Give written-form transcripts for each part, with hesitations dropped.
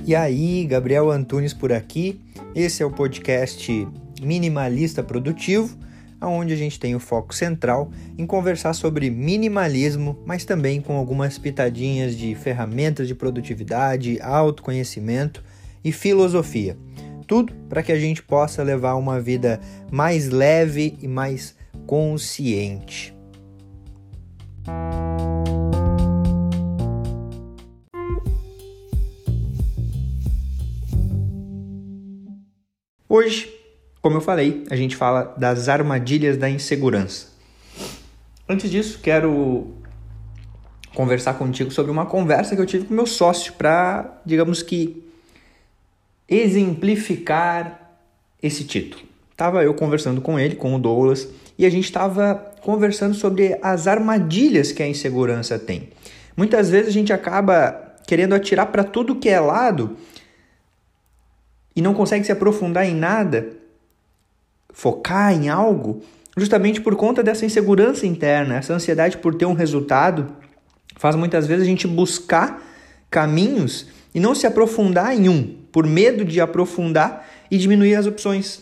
E aí, Gabriel Antunes por aqui. Esse é o podcast Minimalista Produtivo, onde a gente tem o foco central em conversar sobre minimalismo, mas também com algumas pitadinhas de ferramentas de produtividade, autoconhecimento e filosofia. Tudo para que a gente possa levar uma vida mais leve e mais consciente. Hoje, como eu falei, a gente fala das armadilhas da insegurança. Antes disso, quero conversar contigo sobre uma conversa que eu tive com meu sócio para, digamos que, exemplificar esse título. Estava eu conversando com ele, com o Douglas, e a gente estava conversando sobre as armadilhas que a insegurança tem. Muitas vezes a gente acaba querendo atirar para tudo que é lado e não consegue se aprofundar em nada, focar em algo, justamente por conta dessa insegurança interna, essa ansiedade por ter um resultado, faz muitas vezes a gente buscar caminhos e não se aprofundar em um, por medo de aprofundar e diminuir as opções.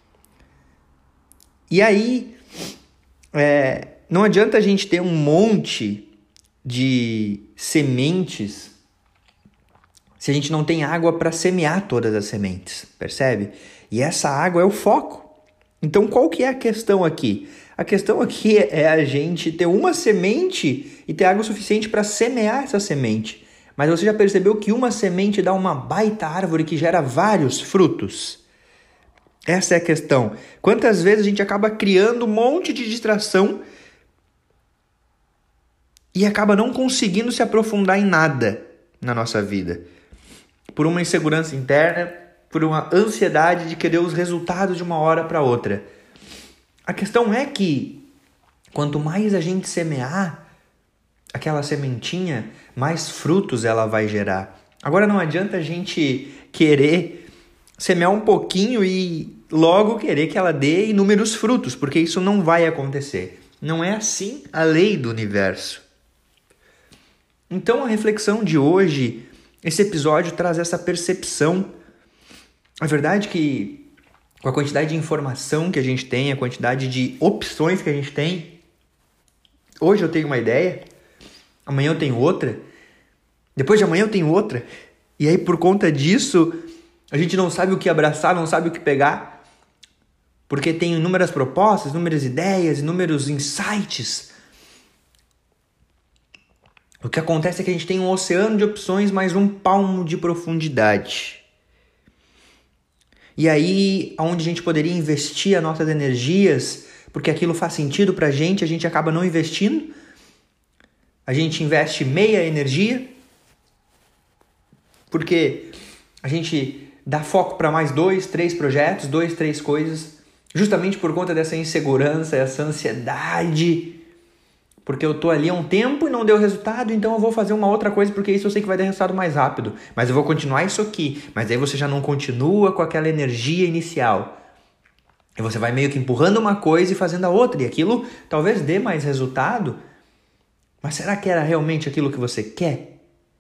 E aí, não adianta a gente ter um monte de sementes se a gente não tem água para semear todas as sementes, percebe? E essa água é o foco. Então, qual que é a questão aqui? A questão aqui é a gente ter uma semente e ter água suficiente para semear essa semente. Mas você já percebeu que uma semente dá uma baita árvore que gera vários frutos? Essa é a questão. Quantas vezes a gente acaba criando um monte de distração e acaba não conseguindo se aprofundar em nada na nossa vida? Por uma insegurança interna, por uma ansiedade de querer os resultados de uma hora para outra. A questão é que quanto mais a gente semear aquela sementinha, mais frutos ela vai gerar. Agora não adianta a gente querer semear um pouquinho e logo querer que ela dê inúmeros frutos, porque isso não vai acontecer. Não é assim a lei do universo. Então a reflexão de hoje, esse episódio traz essa percepção. A verdade é que com a quantidade de informação que a gente tem, a quantidade de opções que a gente tem, hoje eu tenho uma ideia, amanhã eu tenho outra, depois de amanhã eu tenho outra, e aí por conta disso a gente não sabe o que abraçar, não sabe o que pegar, porque tem inúmeras propostas, inúmeras ideias, inúmeros insights. O que acontece é que a gente tem um oceano de opções, mais um palmo de profundidade. E aí, onde a gente poderia investir as nossas energias, porque aquilo faz sentido pra gente, a gente acaba não investindo. A gente investe meia energia, porque a gente dá foco para mais 2, 3 projetos, 2, 3 coisas, justamente por conta dessa insegurança, essa ansiedade, porque eu tô ali há um tempo e não deu resultado, então eu vou fazer uma outra coisa, porque isso eu sei que vai dar resultado mais rápido. Mas eu vou continuar isso aqui. Mas aí você já não continua com aquela energia inicial. E você vai meio que empurrando uma coisa e fazendo a outra. E aquilo talvez dê mais resultado. Mas será que era realmente aquilo que você quer?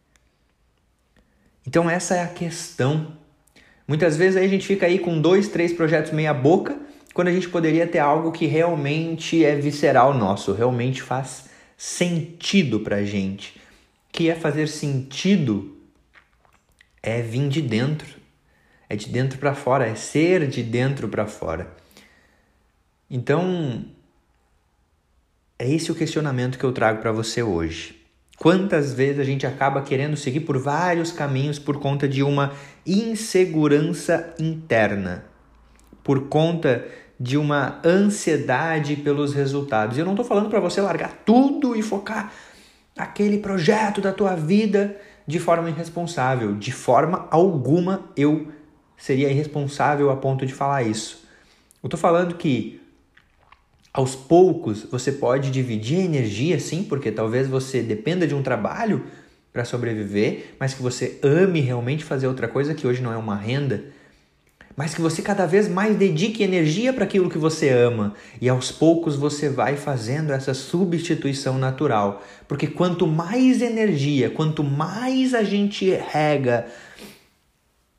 Então essa é a questão. Muitas vezes aí a gente fica aí com 2, 3 projetos meia boca, quando a gente poderia ter algo que realmente é visceral nosso, realmente faz sentido pra gente. Que é fazer sentido é vir de dentro, é de dentro pra fora, é ser de dentro pra fora. Então, é esse o questionamento que eu trago pra você hoje. Quantas vezes a gente acaba querendo seguir por vários caminhos por conta de uma insegurança interna, por conta de uma ansiedade pelos resultados. E eu não estou falando para você largar tudo e focar naquele projeto da tua vida de forma irresponsável. De forma alguma eu seria irresponsável a ponto de falar isso. Eu estou falando que aos poucos você pode dividir a energia, sim, porque talvez você dependa de um trabalho para sobreviver, mas que você ame realmente fazer outra coisa que hoje não é uma renda, mas que você cada vez mais dedique energia para aquilo que você ama. E aos poucos você vai fazendo essa substituição natural. Porque quanto mais energia, quanto mais a gente rega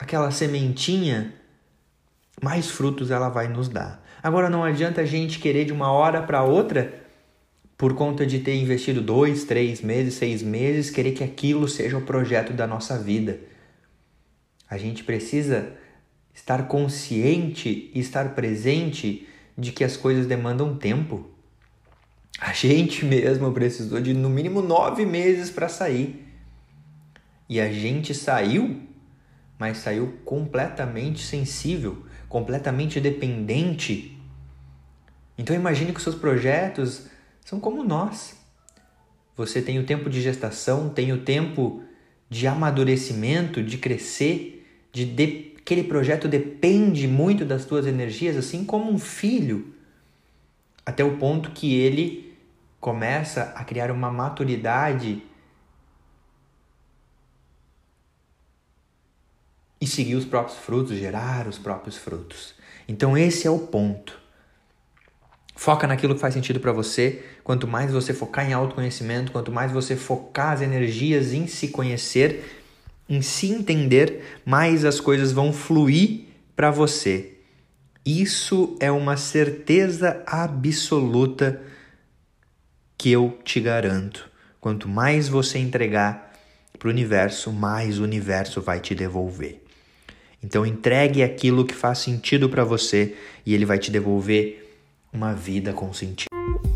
aquela sementinha, mais frutos ela vai nos dar. Agora não adianta a gente querer de uma hora para outra, por conta de ter investido 2, 3 meses, 6 meses, querer que aquilo seja o projeto da nossa vida. A gente precisa estar consciente e estar presente de que as coisas demandam tempo. A gente mesmo precisou de no mínimo 9 meses para sair. E a gente saiu, mas saiu completamente sensível, completamente dependente. Então imagine que os seus projetos são como nós. Você tem o tempo de gestação, tem o tempo de amadurecimento, de crescer, aquele projeto depende muito das tuas energias, assim como um filho, até o ponto que ele começa a criar uma maturidade e seguir os próprios frutos, gerar os próprios frutos. Então esse é o ponto. Foca naquilo que faz sentido para você. Quanto mais você focar em autoconhecimento, quanto mais você focar as energias em se conhecer, em se entender, mais as coisas vão fluir para você. Isso é uma certeza absoluta que eu te garanto. Quanto mais você entregar para o universo, mais o universo vai te devolver. Então entregue aquilo que faz sentido para você e ele vai te devolver uma vida com sentido.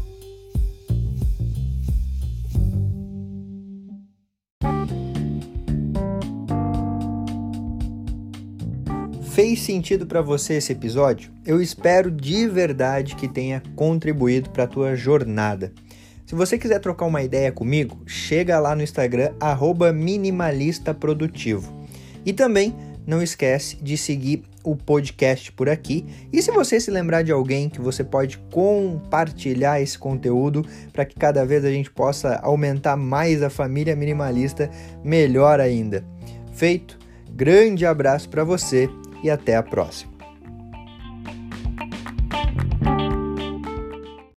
Fez sentido para você esse episódio? Eu espero de verdade que tenha contribuído para a tua jornada. Se você quiser trocar uma ideia comigo, chega lá no Instagram @minimalistaprodutivo. E também não esquece de seguir o podcast por aqui. E se você se lembrar de alguém que você pode compartilhar esse conteúdo para que cada vez a gente possa aumentar mais a família minimalista, melhor ainda. Feito? Grande abraço para você e até a próxima.